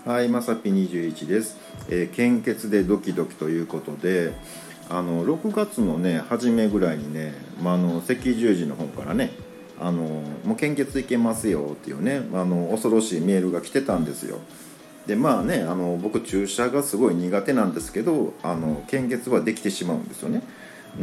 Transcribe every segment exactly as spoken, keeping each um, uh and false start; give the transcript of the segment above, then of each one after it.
はい、まさぴにじゅういちです、えー、献血でドキドキということで、あのろくがつのね初めぐらいにね、まあ、あの赤十字の方からね、あのもう献血いけますよっていうね、あの恐ろしいメールが来てたんですよ。でまあね、あの僕注射がすごい苦手なんですけど、あの献血はできてしまうんですよね。うん、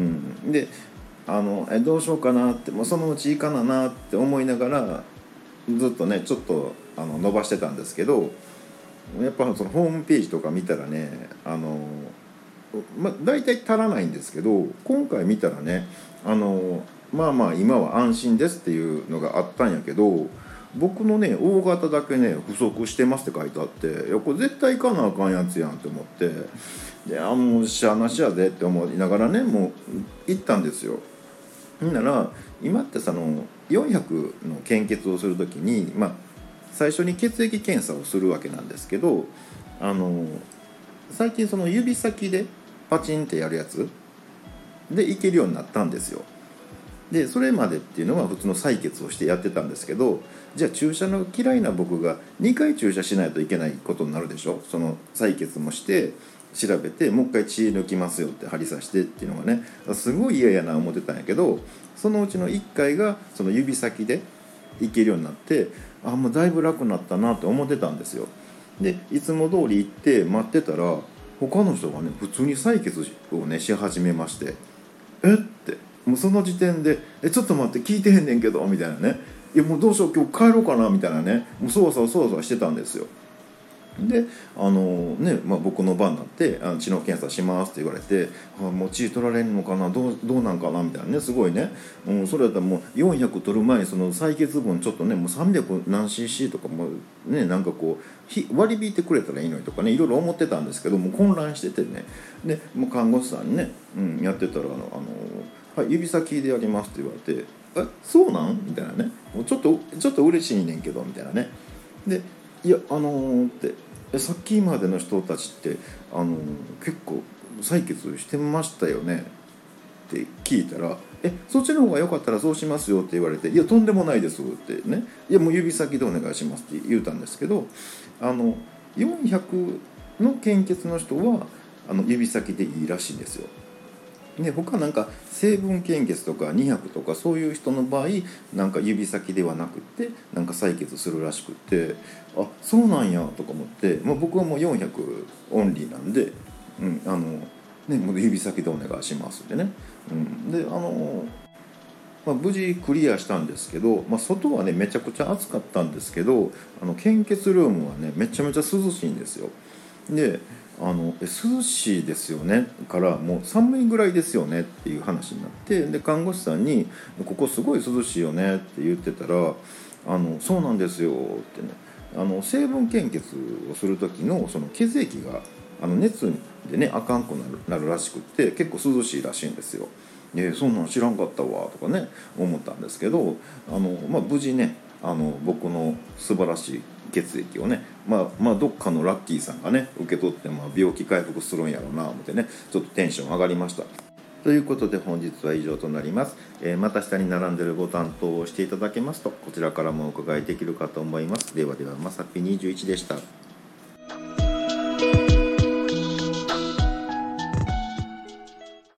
であのえどうしようかなって、もうそのうちいいかななって思いながらずっとねちょっとあの伸ばしてたんですけど、やっぱそのホームページとか見たらね、あの、まあ、大体足らないんですけど、今回見たらね、あのまあまあ今は安心ですっていうのがあったんやけど、僕のね大型だけね不足してますって書いてあって、いやこれ絶対行かなあかんやつやんって思って、であもうしゃあなしやでって思いながらね、もう行ったんですよ。ほんなら今ってそのよんひゃくの献血をするときに、まあ最初に血液検査をするわけなんですけど、あの最近その指先でパチンってやるやつでいけるようになったんですよ。でそれまでっていうのは普通の採血をしてやってたんですけど、じゃあ注射の嫌いな僕がにかい注射しないといけないことになるでしょ。その採血もして調べてもう一回血抜きますよって針刺してっていうのがね、すごい嫌やな思ってたんやけど、そのうちのいっかいがその指先でいけるようになって、あもうだいぶ楽になったなって思ってたんですよ。でいつも通り行って待ってたら、他の人がね普通に採血をねし始めまして、えってもうその時点で「えちょっと待って聞いてへんねんけど」みたいなね「いやもうどうしよう今日帰ろうかな」みたいなね、もうそわそわそわそわしてたんですよ。であのね、まあ、僕の番になってあの血の検査しますって言われて、あもう血取られるのかな、どう、どうなんかなみたいなね、すごいね、うん、それだったらもうよんひゃく取る前にその採血分ちょっとねもうさんびゃく何 シーシー とかもね、なんかこう割り引いてくれたらいいのにとかね、いろいろ思ってたんですけども、混乱しててね、でもう看護師さんにね、うん、やってたらあのあの、はい、指先でやりますって言われて、えそうなんみたいなね、もうちょっとちょっと嬉しいねんけどみたいなね。でいやあのー、ってさっきまでの人たちって、あのー、結構採血してましたよねって聞いたら、えそっちの方が良かったらそうしますよって言われて、いやとんでもないですってね、いやもう指先でお願いしますって言うたんですけど、あのよんひゃくの献血の人はあの指先でいいらしいんですよ。で他なんか成分献血とかにひゃくとかそういう人の場合、なんか指先ではなくてなんか採血するらしくて、あそうなんやとか思って、まあ、僕はもうよんひゃくオンリーなんで、うん、あのねもう指先でお願いしますってね、うん、であの、まあ、無事クリアしたんですけど、まあ、外はねめちゃくちゃ暑かったんですけど、あの献血ルームはねめちゃめちゃ涼しいんですよ。であのえ涼しいですよねからもう寒いぐらいですよねっていう話になって、で看護師さんにここすごい涼しいよねって言ってたら、あのそうなんですよってね、あの成分献血をする時のその血液があの熱でねあかんくなる、なるらしくって結構涼しいらしいんですよ。でそんなん知らんかったわとかね思ったんですけど、あの、まあ、無事ねあの僕の素晴らしい血液をね、まあ、まあどっかのラッキーさんがね受け取って、まあ、病気回復するんやろうなと思ってね、ちょっとテンション上がりました。ということで本日は以上となります。えー、また下に並んでいるボタン等を押していただけますとこちらからもお伺いできるかと思います。ではではまさぴにじゅういちでした。